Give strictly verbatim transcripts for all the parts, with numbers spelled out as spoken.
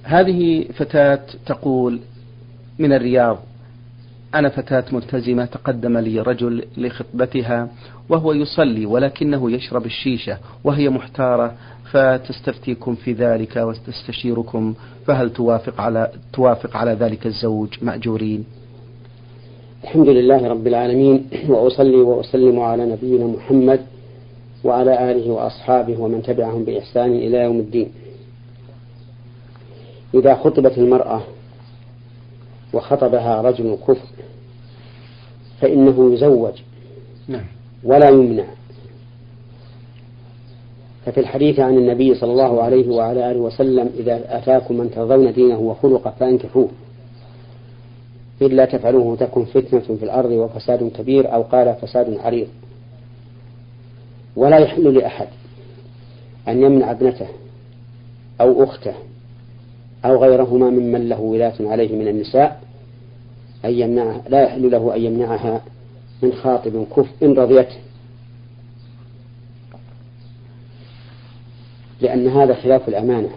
هذه فتاة تقول من الرياض: أنا فتاة ملتزمة، تقدم لي رجل لخطبتها وهو يصلي ولكنه يشرب الشيشة وهي محتارة، فتستفتيكم في ذلك وتستشيركم، فهل توافق على توافق على ذلك الزوج مأجورين؟ الحمد لله رب العالمين، وأصلي وأسلم على نبينا محمد وعلى آله وأصحابه ومن تبعهم بإحسان إلى يوم الدين. إذا خطبت المرأة وخطبها رجل كفر فإنه يزوج ولا يمنع. ففي الحديث عن النبي صلى الله عليه وعلى آله وسلم: إذا أتاكم من ترضون دينه وخلقه فانكحوه، إلا تفعلوه تكن فتنة في الأرض وفساد كبير، أو قال فساد عريض. ولا يحل لأحد أن يمنع ابنته أو أخته أو غيرهما ممن له ولاة عليه من النساء أن يمنعها، لا يحل له أن يمنعها من خاطب كفء إن رضيته، لأن هذا خلاف الأمانة.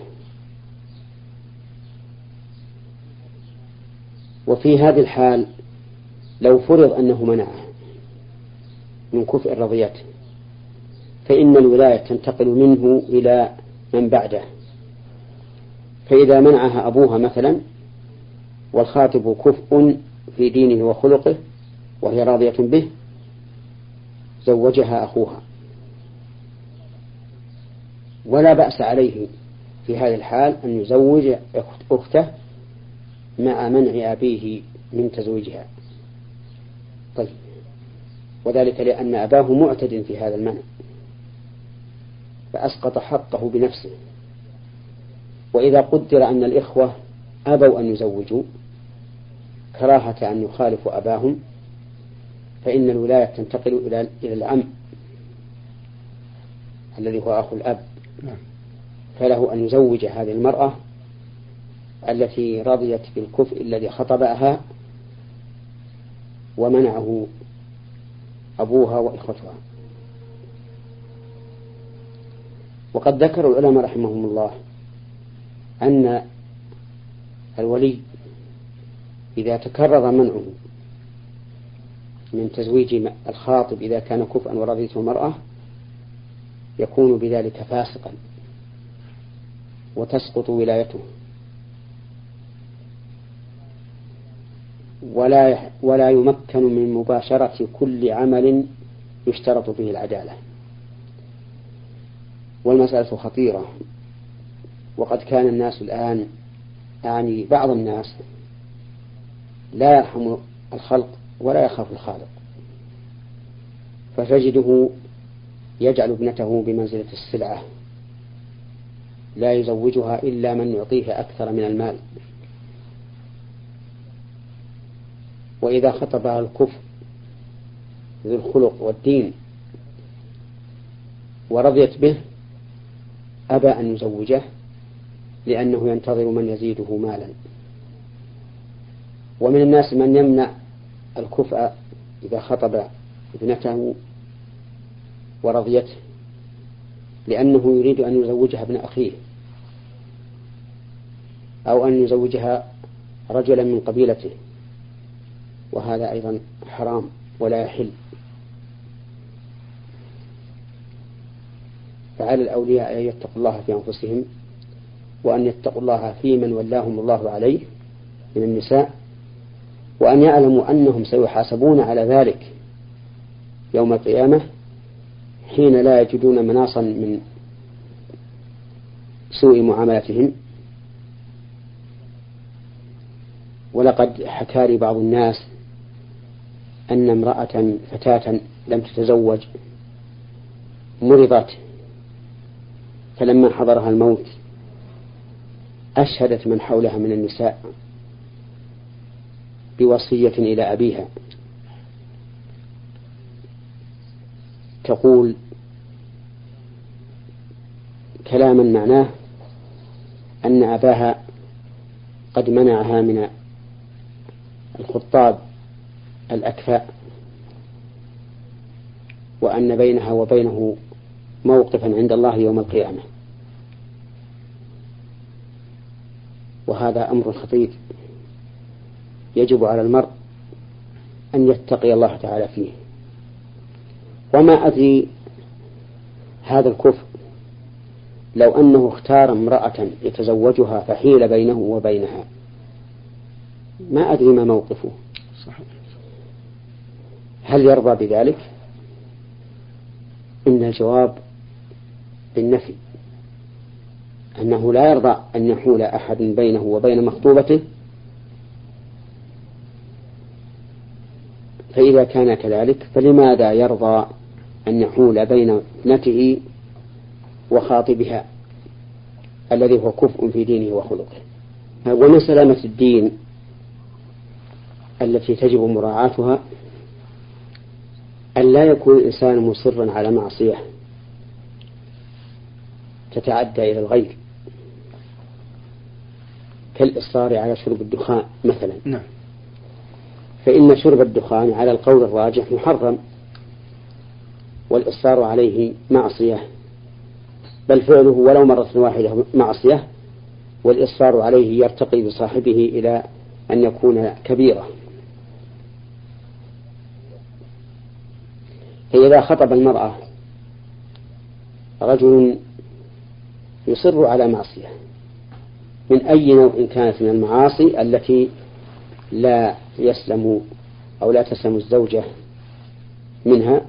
وفي هذه الحال لو فرض أنه منعها من كفء رضيته فإن الولاية تنتقل منه إلى من بعده. فإذا منعها أبوها مثلا والخاطب كفء في دينه وخلقه وهي راضية به، زوجها أخوها، ولا بأس عليه في هذه الحال أن يزوج أخته مع منع أبيه من تزويجها. طيب، وذلك لأن أباه معتد في هذا المنع فأسقط حقه بنفسه. وإذا قدر أن الإخوة أبوا أن يزوجوا كراهة أن يخالفوا أباهم فإن الولاية تنتقل إلى إلى العم الذي هو أخو الأب، فله أن يزوج هذه المرأة التي رضيت بالكفء الذي خطبها ومنعه أبوها وإخوتها. وقد ذكر العلماء رحمهم الله أن الولي إذا تكرر منعه من تزويج الخاطب إذا كان كفءا ورضيته المرأة يكون بذلك فاسقا وتسقط ولايته، ولا ولا يمكن من مباشرة كل عمل يشترط به العدالة. والمسألة خطيرة، وقد كان الناس الآن، يعني بعض الناس، لا يرحم الخلق ولا يخاف الخالق، فتجده يجعل ابنته بمنزلة السلعة لا يزوجها إلا من يعطيه أكثر من المال. وإذا خطبها الكفء ذو الخلق والدين ورضيت به أبى أن يزوجه لأنه ينتظر من يزيده مالا. ومن الناس من يمنع الكفء إذا خطب ابنته ورضيته لأنه يريد أن يزوجها ابن أخيه أو أن يزوجها رجلا من قبيلته، وهذا أيضا حرام ولا يحل. فعلى الأولياء أن يتقوا الله في أنفسهم وأن يتقوا الله في من ولاهم الله عليه من النساء، وأن يعلموا أنهم سيحاسبون على ذلك يوم القيامة حين لا يجدون مناصا من سوء معاملتهم. ولقد حكى لي بعض الناس أن امرأة فتاة لم تتزوج مرضت، فلما حضرها الموت أشهدت من حولها من النساء بوصية إلى أبيها تقول كلاما معناه أن أباها قد منعها من الخطاب الأكفاء، وأن بينها وبينه موقفا عند الله يوم القيامة. وهذا أمر خطير يجب على المرء أن يتقي الله تعالى فيه. وما أدري هذا الكفر لو أنه اختار امرأة يتزوجها فحيل بينه وبينها، ما أدري ما موقفه. هل يرضى بذلك؟ إن الجواب بالنفي، أنه لا يرضى أن يحول أحد بينه وبين مخطوبته. فإذا كان كذلك فلماذا يرضى أن يحول بين ابنته وخاطبها الذي هو كفء في دينه وخلقه؟ ومن سلامة الدين التي تجب مراعاتها أن لا يكون الإنسان مصرا على معصية تتعدى إلى الغير، كالإصرار على شرب الدخان مثلا. نعم. فإن شرب الدخان على القول الراجح محرم، والإصرار عليه معصية، بل فعله ولو مرة واحدة معصية، والإصرار عليه يرتقي بصاحبه إلى أن يكون كبيرة. فإذا خطب المرأة رجل يصر على معصية من أي نوع كانت من المعاصي التي لا يسلم أو لا تسلم الزوجة منها،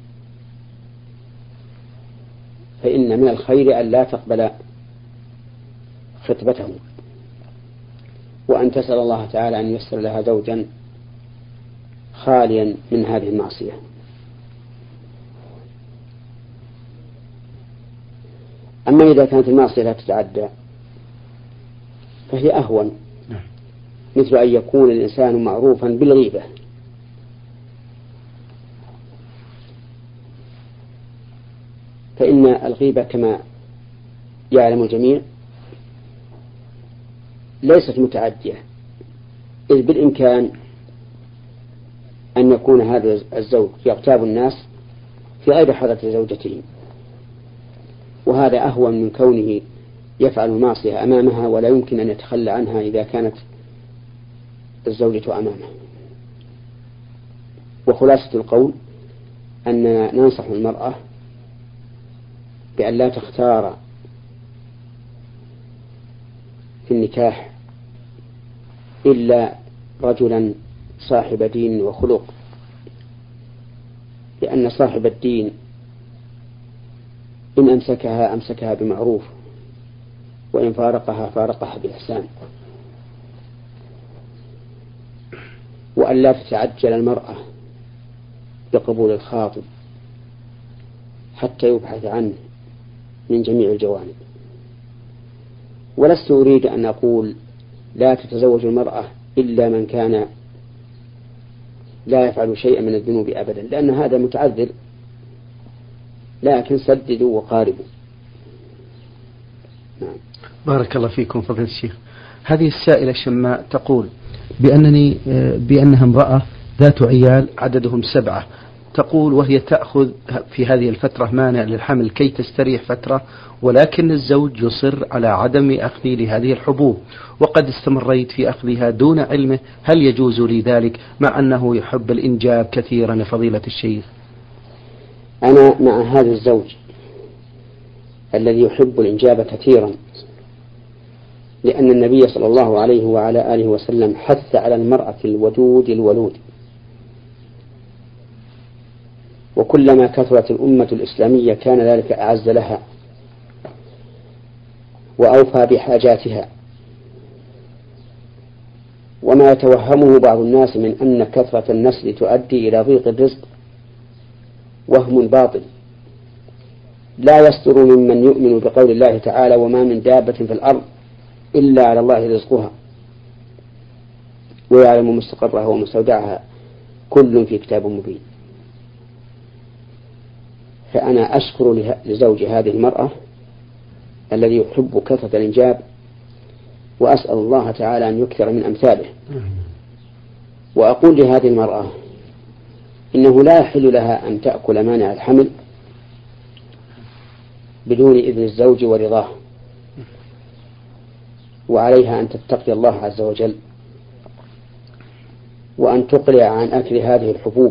فإن من الخير أن لا تقبل خطبته، وأن تسأل الله تعالى أن يسر لها زوجا خاليا من هذه المعصية. أما إذا كانت المعصية لا تتعدى فهي أهون، مثل أن يكون الإنسان معروفا بالغيبة، فإن الغيبة كما يعلم الجميع ليست متعدية، إذ بالإمكان أن يكون هذا الزوج يغتاب الناس في غير حضرة زوجته، وهذا أهون من كونه يفعل المعصية أمامها ولا يمكن أن يتخلى عنها إذا كانت الزوجة أمامه. وخلاصة القول أننا ننصح المرأة بأن لا تختار في النكاح إلا رجلا صاحب دين وخلق، لأن صاحب الدين إن أمسكها أمسكها بمعروف، وإن فارقها فارقها بإحسان. وأن لا تتعجل المرأة بقبول الخاطب حتى يبحث عنه من جميع الجوانب. ولست أريد أن أقول لا تتزوج المرأة إلا من كان لا يفعل شيئا من الذنوب أبدا، لأن هذا متعذر، لكن سددوا وقاربوا. نعم. بارك الله فيكم فضيلة الشيخ. هذه السائلة شماء تقول بأنني بأنها امرأة ذات عيال عددهم سبعة، تقول وهي تأخذ في هذه الفترة مانع للحمل كي تستريح فترة، ولكن الزوج يصر على عدم أخذي لهذه الحبوب، وقد استمريت في أخذها دون علمه، هل يجوز لي ذلك مع أنه يحب الإنجاب كثيرا يا فضيلة الشيخ؟ أنا مع هذا الزوج الذي يحب الإنجاب كثيرا، لأن النبي صلى الله عليه وعلى آله وسلم حث على المرأة الودود الولود، وكلما كثرت الأمة الإسلامية كان ذلك أعز لها وأوفى بحاجاتها. وما يتوهمه بعض الناس من أن كثرة النسل تؤدي إلى ضيق الرزق وهم باطل، لا يصدر ممن يؤمن بقول الله تعالى وما من دابة في الأرض إلا على الله رزقها ويعلم مستقرها ومستودعها كل في كتاب مبين. فأنا أشكر لزوج هذه المرأة الذي يحب كثرة الإنجاب، وأسأل الله تعالى أن يكثر من أمثاله. وأقول لهذه المرأة إنه لا يحل لها أن تأكل مانع الحمل بدون إذن الزوج ورضاه، وعليها أن تتقي الله عز وجل، وأن تقلع عن أكل هذه الحبوب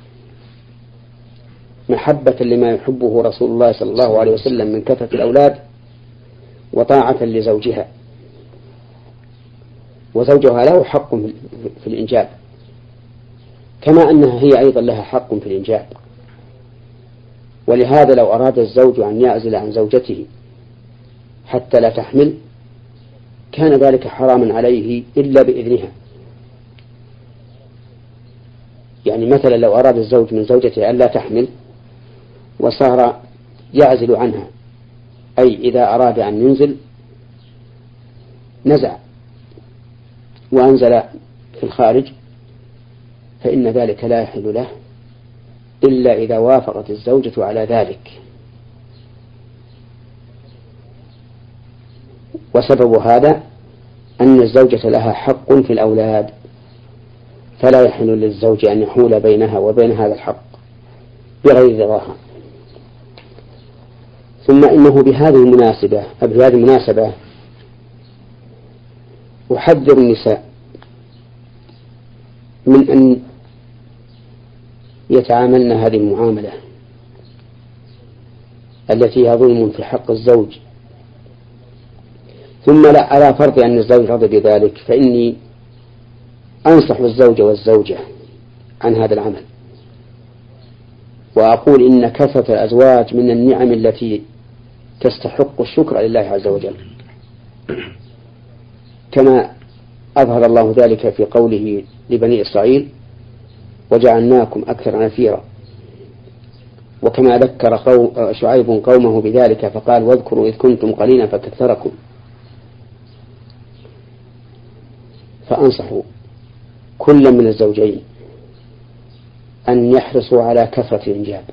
محبة لما يحبه رسول الله صلى الله عليه وسلم من كثرة الأولاد وطاعة لزوجها. وزوجها له حق في الإنجاب، كما أنها هي أيضا لها حق في الإنجاب. ولهذا لو أراد الزوج أن يعزل عن زوجته حتى لا تحمل كان ذلك حراما عليه إلا بإذنها. يعني مثلا لو أراد الزوج من زوجته أن لا تحمل وصار يعزل عنها، أي إذا أراد أن ينزل نزع وأنزل في الخارج، فإن ذلك لا يحل له إلا إذا وافقت الزوجة على ذلك. وسبب هذا أن الزوجة لها حق في الأولاد، فلا يحل للزوج أن يحول بينها وبين هذا الحق بغير رضاها. ثم إنه بهذه المناسبة بهذه المناسبة أحذر النساء من أن يتعاملن هذه المعاملة التي هي ظلم في حق الزوج. ثم لا على فرض أن الزوج رضي بذلك، فإني أنصح الزوج والزوجة عن هذا العمل، وأقول إن كثرة الأزواج من النعم التي تستحق الشكر لله عز وجل، كما أظهر الله ذلك في قوله لبني إسرائيل وجعلناكم أكثر نفيرا، وكما ذكر قوم شعيب قومه بذلك فقال واذكروا إذ كنتم قليلا فكثركم. فأنصحوا كل من الزوجين أن يحرصوا على كثرة الإنجاب،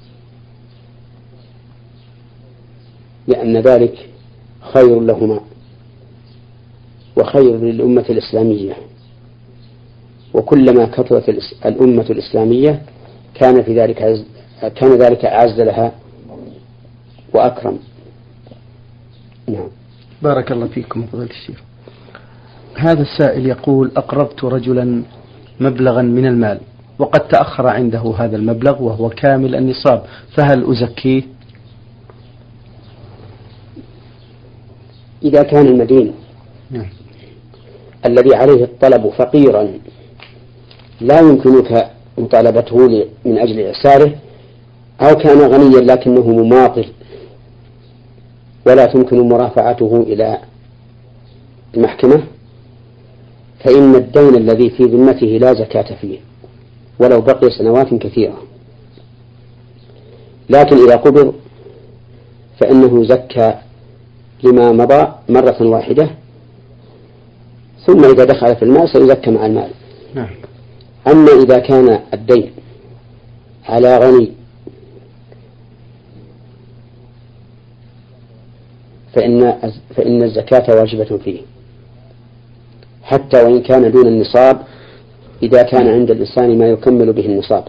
لأن ذلك خير لهما وخير للأمة الإسلامية، وكلما كثرت الأمة الإسلامية كان في ذلك عز كان ذلك أعز لها وأكرم. نعم. بارك الله فيكم فضيلة الشيخ. هذا السائل يقول أقرضت رجلا مبلغا من المال وقد تأخر عنده هذا المبلغ وهو كامل النصاب، فهل أزكيه؟ إذا كان المدين نعم. الذي عليه الطلب فقيرا لا يمكنك مطالبته من أجل إعساره، أو كان غنيا لكنه مماطل ولا تمكن مرافعته إلى المحكمة، فإن الدين الذي في ذمته لا زكاة فيه ولو بقي سنوات كثيرة. لكن إذا قبض فإنه زكى لما مضى مرة واحدة، ثم إذا دخل في المال سيزكى مع المال. نعم. أما إذا كان الدين على غني فإن فإن الزكاة واجبة فيه حتى وإن كان دون النصاب، إذا كان عند الإنسان ما يكمل به النصاب.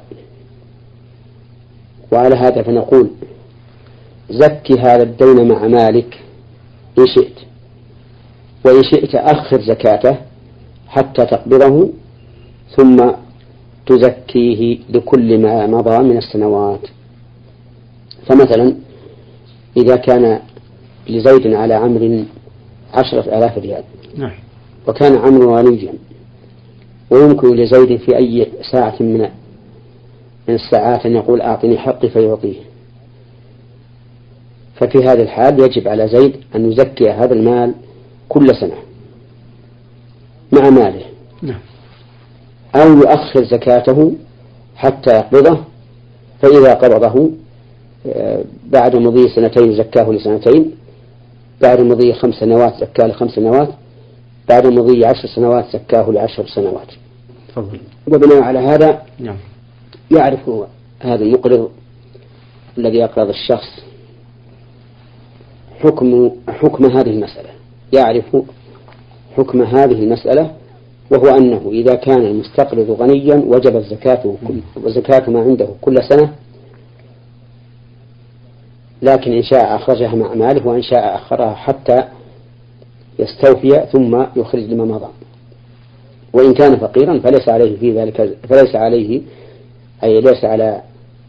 وعلى هذا فنقول زكي هذا الدين مع مالك إن شئت، وإن شئت أخر زكاته حتى تقبضه ثم تزكيه لكل ما مضى من السنوات. فمثلا إذا كان لزيد على عمرو عشرة آلاف ريال، نعم. وكان عمرو غنيا ويمكن لزيد في أي ساعة من الساعات أن يقول أعطني حقي فيعطيه، ففي هذه الحال يجب على زيد أن يزكي هذا المال كل سنة مع ماله، نعم. أو يؤخر زكاته حتى يقبضه، فإذا قبضه بعد مضي سنتين زكاه لسنتين، بعد مضي خمس سنوات زكاه لخمس سنوات، بعد مضي عشر سنوات زكاه لعشر سنوات. فضل. وبناء على هذا نعم. يعرف هذا المقرض الذي يقرض الشخص حكم حكم هذه المسألة، يعرف حكم هذه المسألة، وهو أنه إذا كان المستقرض غنيا وجبت زكاته وزكاة ما عنده كل سنة، لكن إن شاء أخرجها مع ماله وإن شاء أخرها حتى يستوفي ثم يخرج لما مضى. وإن كان فقيرا فليس عليه في ذلك فليس عليه أي ليس على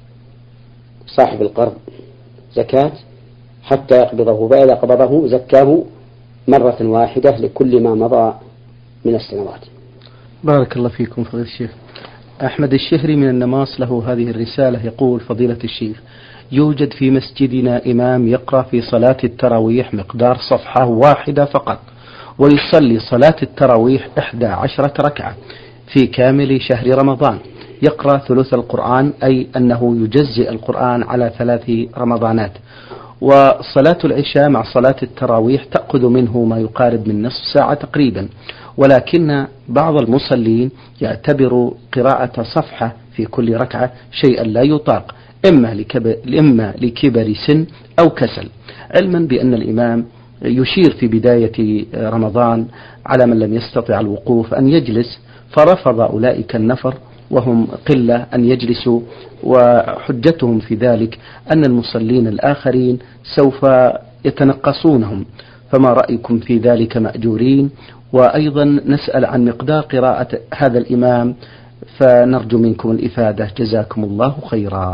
صاحب القرض زكاة حتى يقبضه، فإذا قبضه زكاه مرة واحدة لكل ما مضى من السنوات. بارك الله فيكم فضيلة الشيخ. أحمد الشهري من النماص له هذه الرسالة يقول: فضيلة الشيخ، يوجد في مسجدنا إمام يقرأ في صلاة التراويح مقدار صفحة واحدة فقط، ويصلي صلاة التراويح إحدى عشرة ركعة في كامل شهر رمضان، يقرأ ثلث القرآن، أي أنه يجزئ القرآن على ثلاث رمضانات. وصلاة العشاء مع صلاة التراويح تأخذ منه ما يقارب من نصف ساعة تقريبا، ولكن بعض المصلين يعتبر قراءة صفحة في كل ركعة شيئا لا يطاق، إما لكبر, إما لكبر سن أو كسل، علما بأن الإمام يشير في بداية رمضان على من لم يستطع الوقوف أن يجلس، فرفض أولئك النفر وهم قلة أن يجلسوا، وحجتهم في ذلك أن المصلين الآخرين سوف يتنقصونهم، فما رأيكم في ذلك مأجورين؟ وأيضا نسأل عن مقدار قراءة هذا الإمام فنرجو منكم الإفادة، جزاكم الله خيرا.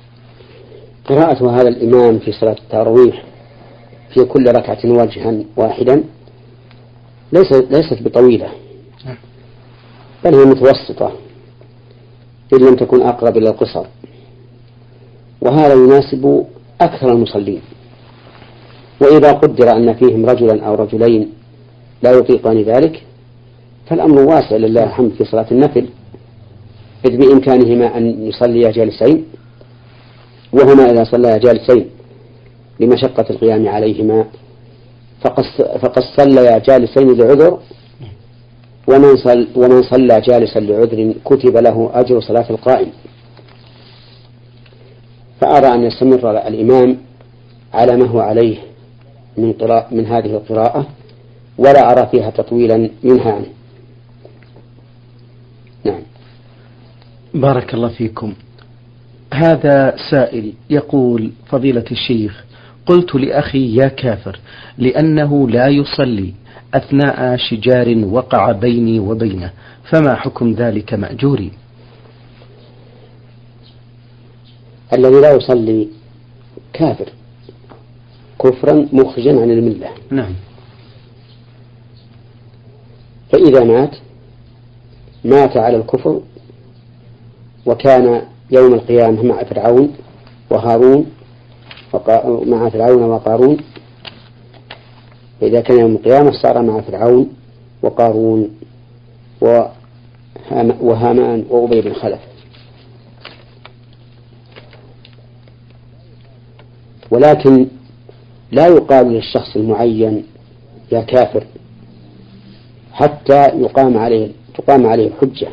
قراءة هذا الإمام في صلاة التراويح في كل ركعة وجها واحدا ليست ليست بطويلة، بل هي متوسطة إن لم تكن أقرب إلى القصر، وهذا يناسب أكثر المصلين. وإذا قدر أن فيهم رجلا أو رجلين لا يطيقان ذلك فالأمر واسع لله الحمد في صلاة النفل، إذ بإمكانهما أن يصليا جالسين، وهما إذا صليا جالسين لمشقة القيام عليهما فقد صليا جالسين لعذر، ومن صل ومن صلى جالسا لعذر كتب له أجر صلاة القائم. فأرى أن يستمر الإمام على ما هو عليه من, من هذه القراءة، ولا أرى فيها تطويلا منها عنه. نعم. بارك الله فيكم. هذا سائل يقول: فضيلة الشيخ، قلت لأخي يا كافر لأنه لا يصلي أثناء شجار وقع بيني وبينه، فما حكم ذلك مأجوري؟ الذي لا يصلي كافر كفرا مخرجا عن الملة. نعم. فإذا مات مات على الكفر، وكان يوم القيامة مع فرعون وهارون وقا... مع فرعون وقارون، فإذا كان يوم القيامة صار مع فرعون وقارون وهام... وهامان وأبي بن خلف. ولكن لا يقال للشخص المعين يا كافر حتى يقام عليه تقام عليه الحجة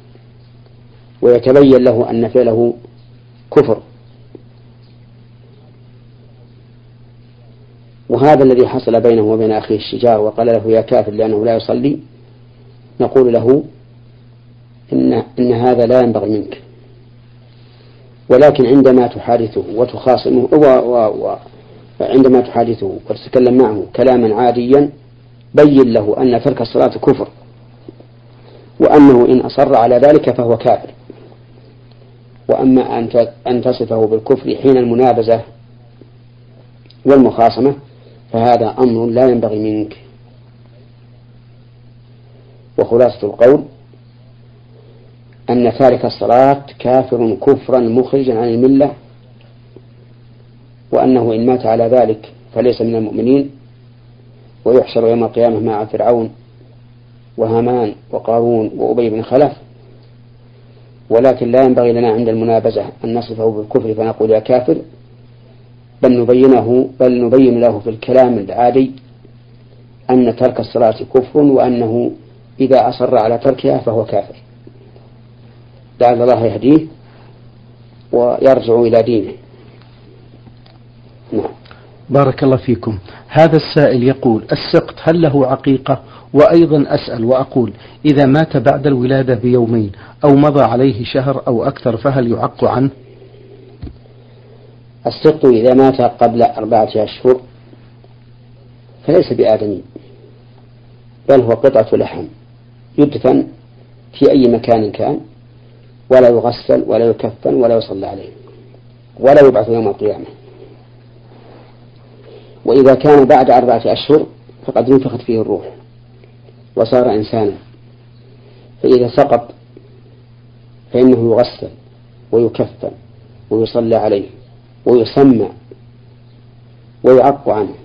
ويتبين له أن فعله كفر. وهذا الذي حصل بينه وبين أخيه الشجار وقال له يا كافر لأنه لا يصلي، نقول له إن, إن هذا لا ينبغي منك، ولكن عندما تحادثه وتخاصمه وعندما تحادثه وتتكلم معه كلاما عاديا بين له أن ترك الصلاة كفر، وأنه إن أصر على ذلك فهو كافر. وأما أن تصفه بالكفر حين المنابزة والمخاصمة فهذا أمر لا ينبغي منك. وخلاصة القول أن تارك الصلاة كافر كفرا مخرجا عن الملة، وأنه إن مات على ذلك فليس من المؤمنين، ويحشر يوم القيامة مع فرعون وهامان وقارون وأبي بن خلف. ولكن لا ينبغي لنا عند المنابزة أن نصفه بالكفر فنقول يا كافر، بل نبينه بل نبين له في الكلام العادي أن ترك الصلاة كفر، وأنه إذا أصر على تركها فهو كافر، لعل الله يهديه ويرجع إلى دينه. نعم. بارك الله فيكم. هذا السائل يقول: السقط هل له عقيقة؟ وأيضا أسأل وأقول: إذا مات بعد الولادة بيومين أو مضى عليه شهر أو أكثر فهل يعق عنه؟ السقط إذا مات قبل أربعة أشهر فليس بآدمي، بل هو قطعة لحم يدفن في أي مكان كان، ولا يغسل ولا يكفن ولا يصلى عليه ولا يبعث يوم القيامة. وإذا كان بعد أربعة أشهر فقد نفخت فيه الروح وصار إنسانا، فإذا سقط فإنه يغسل ويكفن ويصلى عليه ويسمى ويعق عنه.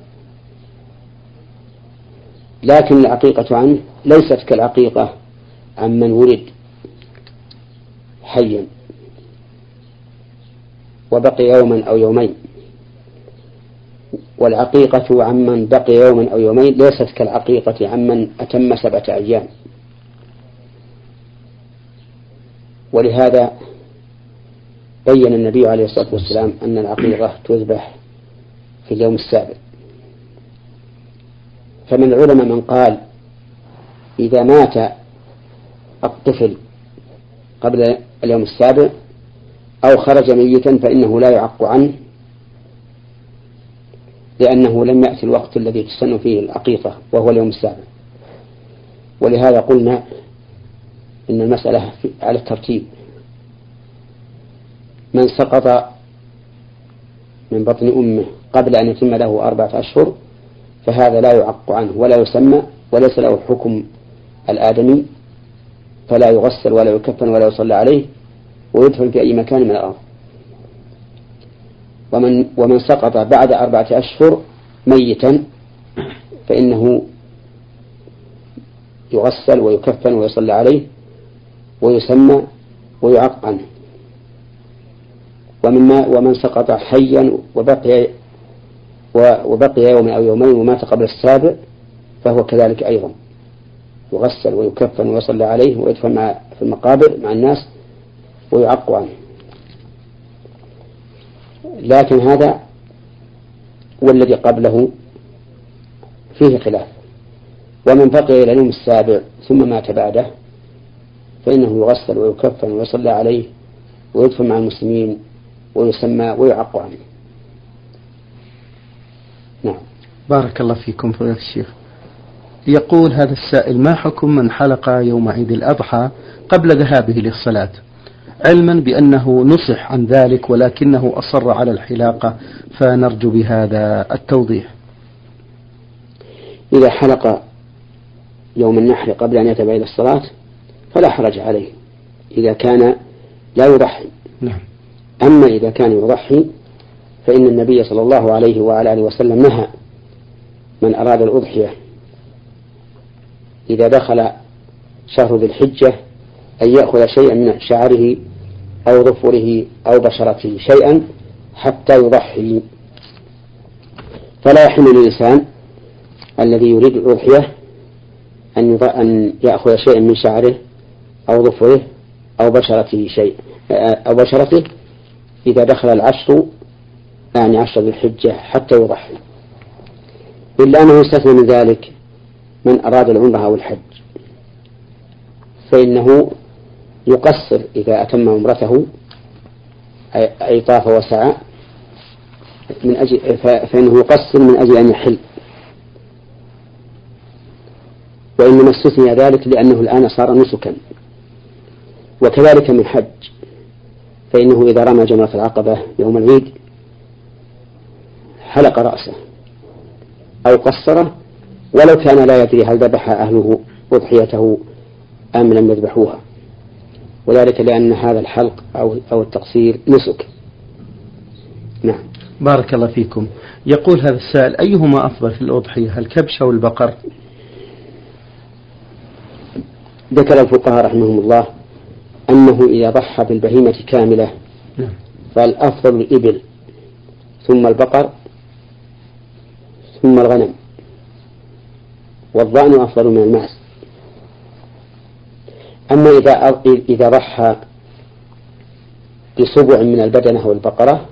لكن العقيقة عنه ليست كالعقيقة عمن ولد حيا وبقي يوما أو يومين، والعقيقة عمن بقي يوما أو يومين ليست كالعقيقة عمن أتم سبعة أيام. ولهذا بين النبي عليه الصلاة والسلام أن العقيقة تذبح في اليوم السابع. فمن العلماء من قال إذا مات الطفل قبل اليوم السابع أو خرج ميتا فإنه لا يعق عنه، لأنه لم يأتي الوقت الذي تسن فيه العقيقة وهو اليوم السابع. ولهذا قلنا إن المسألة على الترتيب: من سقط من بطن أمه قبل أن يتم له أربعة أشهر فهذا لا يعق عنه ولا يسمى وليس له حكم الآدمي، فلا يغسل ولا يكفن ولا يصلى عليه ويدفن في أي مكان من الأرض. ومن, ومن سقط بعد أربعة أشهر ميتا فإنه يغسل ويكفن ويصلى عليه ويسمى ويعق عنه. ومن, ومن سقط حيا وبقي, وبقي يوم أو يومين ومات قبل السابع فهو كذلك أيضا يغسل ويكفن ويصلى عليه ويدفن مع في المقابر مع الناس ويعق عنه. لكن هذا والذي قبله فيه خلاف. ومن بقي إلى اليوم السابع ثم مات بعده فإنه يغسل ويكفن ويصلى عليه ويدفن مع المسلمين ويسمى ويعق عنه. نعم. بارك الله فيكم فضيلة الشيخ. يقول هذا السائل: ما حكم من حلق يوم عيد الأضحى قبل ذهابه للصلاة، علما بأنه نصح عن ذلك ولكنه أصر على الحلاقة، فنرجو بهذا التوضيح. إذا حلق يوم النحر قبل أن يذهب إلى الصلاة فلا حرج عليه إذا كان لا يضحي. نعم. أما إذا كان يضحي فإن النبي صلى الله عليه وعلى آله وسلم نهى من أراد الأضحية إذا دخل شهر ذي الحجة أن يأخذ شيئا من شعره أو ظفره أو بشرته شيئا حتى يضحي. فلا يحل للإنسان الذي يريد الأضحية أن يأخذ شيئا من شعره أو ظفره أو بشرته شيء أو بشرته إذا دخل العشر يعني عشر ذي الحجة حتى يضحي، إلا أنه يستثنى من ذلك من أراد العمرة أو الحج، فإنه يقصر إذا أتم عمرته أي طاف وسعى من أجل فإنه يقصر من أجل أن يحل. وإنما استثني ذلك لأنه الآن صار نسكا. وكذلك من حج، فإنه إذا رمى جمرة العقبة يوم العيد حلق رأسه أو قصره ولو كان لا يدري هل ذبح أهله أضحيته أم لم يذبحوها، وذلك لأن هذا الحلق أو أو التقصير نسك. نعم. بارك الله فيكم. يقول هذا السائل: أيهما أفضل في الأضحية، الكبش أو البقر؟ ذكر الفقهاء رحمهم الله أنه إذا ضحى بالبهيمة كاملة فالأفضل الإبل ثم البقر ثم الغنم، والضأن أفضل من المعز. أما إذا إذا ضحى بسبع من البدنة والبقرة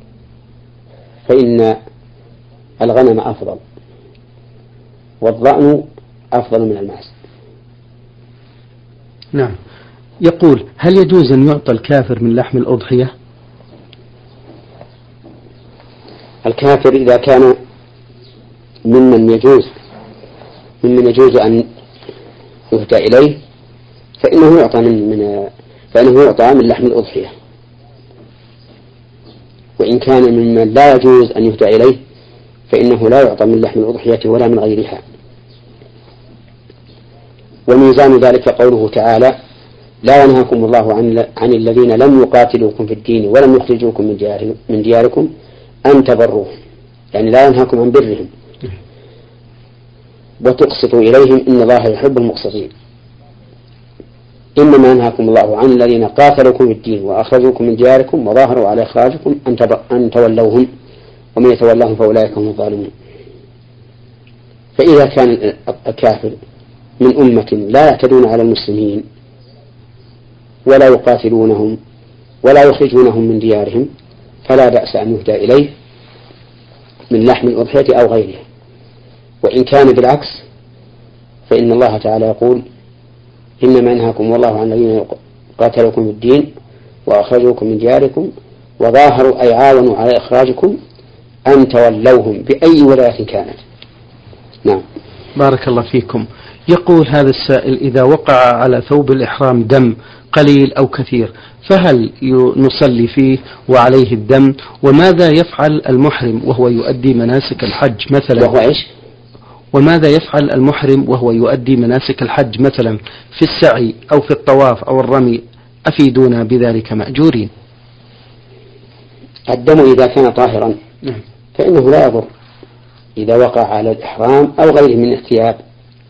فإن الغنم أفضل والضأن أفضل من المعز. نعم. يقول: هل يجوز أن يعطى الكافر من لحم الأضحية؟ الكافر إذا كان ممن يجوز ممن يجوز أن يهدى إليه فإنه يعطى من, من فإنه يعطى من لحم الأضحية، وإن كان ممن لا يجوز أن يهدى إليه فإنه لا يعطى من لحم الأضحية ولا من غيرها. وميزان ذلك قوله تعالى: لا ينهاكم الله عن, عن الذين لم يقاتلوكم في الدين ولم يخرجوكم من, ديار من دياركم أن تبروهم، يعني لا ينهاكم عن برهم وتقسطوا إليهم إن الله يحب المقسطين. إنما ينهاكم الله عن الذين قاتلوكم في الدين وأخرجوكم من دياركم وظاهروا على إخراجكم أن تولوهم ومن يتولهم فأولئك هم الظالمون. فإذا كان الكافر من أمة لا يعتدون على المسلمين ولا يقاتلونهم ولا يخرجونهم من ديارهم فلا بأس أن يهدى إليه من لحم الأضحية أو غيره. وإن كان بالعكس فإن الله تعالى يقول: إنما ينهاكم الله عن الذين قاتلوكم في الدين وأخرجوكم من دياركم وظاهروا أي عاونوا على إخراجكم أن تولوهم بأي ولاية كانت. نعم. بارك الله فيكم. يقول هذا السائل: إذا وقع على ثوب الإحرام دم قليل أو كثير فهل نصلي فيه وعليه الدم؟ وماذا يفعل المحرم وهو يؤدي مناسك الحج مثلا؟ وهو إيش؟ وماذا يفعل المحرم وهو يؤدي مناسك الحج مثلا في السعي أو في الطواف أو الرمي؟ أفيدونا بذلك مأجورين. الدم إذا كان طاهرا فإنه لا يضر إذا وقع على الإحرام أو غيره من الثياب.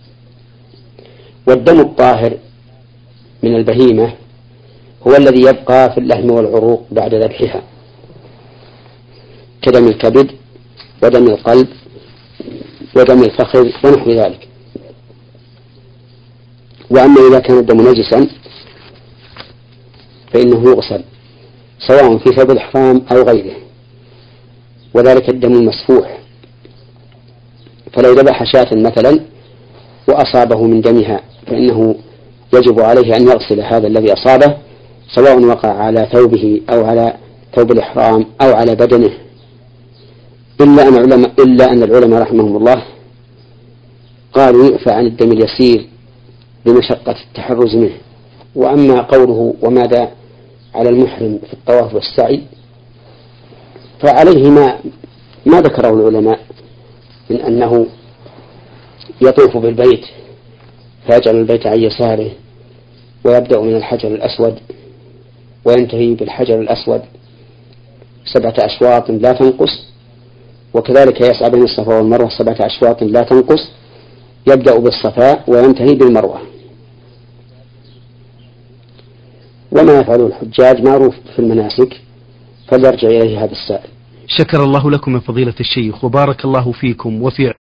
والدم الطاهر من البهيمة هو الذي يبقى في اللحم والعروق بعد ذبحها كدم الكبد ودم القلب ودم الفخذ ونحو ذلك. وأما إذا كان الدم نجسا فإنه يغسل سواء في ثوب الإحرام أو غيره، وذلك الدم المسفوح. فلو ذبح شاة مثلا وأصابه من دمها فإنه يجب عليه أن يغسل هذا الذي أصابه سواء وقع على ثوبه أو على ثوب الإحرام أو على بدنه، إلا أن العلماء, إلا أن العلماء رحمهم الله قالوا يعفى عن الدم اليسير بمشقة التحرز منه. وأما قوله وماذا على المحرم في الطواف والسعي فعليه ما, ما ذكره العلماء من أنه يطوف بالبيت فيجعل البيت عن يساره ويبدأ من الحجر الأسود وينتهي بالحجر الأسود سبعة أشواط لا تنقص، وكذلك يسعى بين الصفا والمروة سبعة أشواط لا تنقص، يبدأ بالصفاء وينتهي بالمروة. وما يفعله الحجاج معروف في المناسك فليرجع إليه هذا السائل. شكر الله لكم يا فضيلة الشيخ وبارك الله فيكم وفي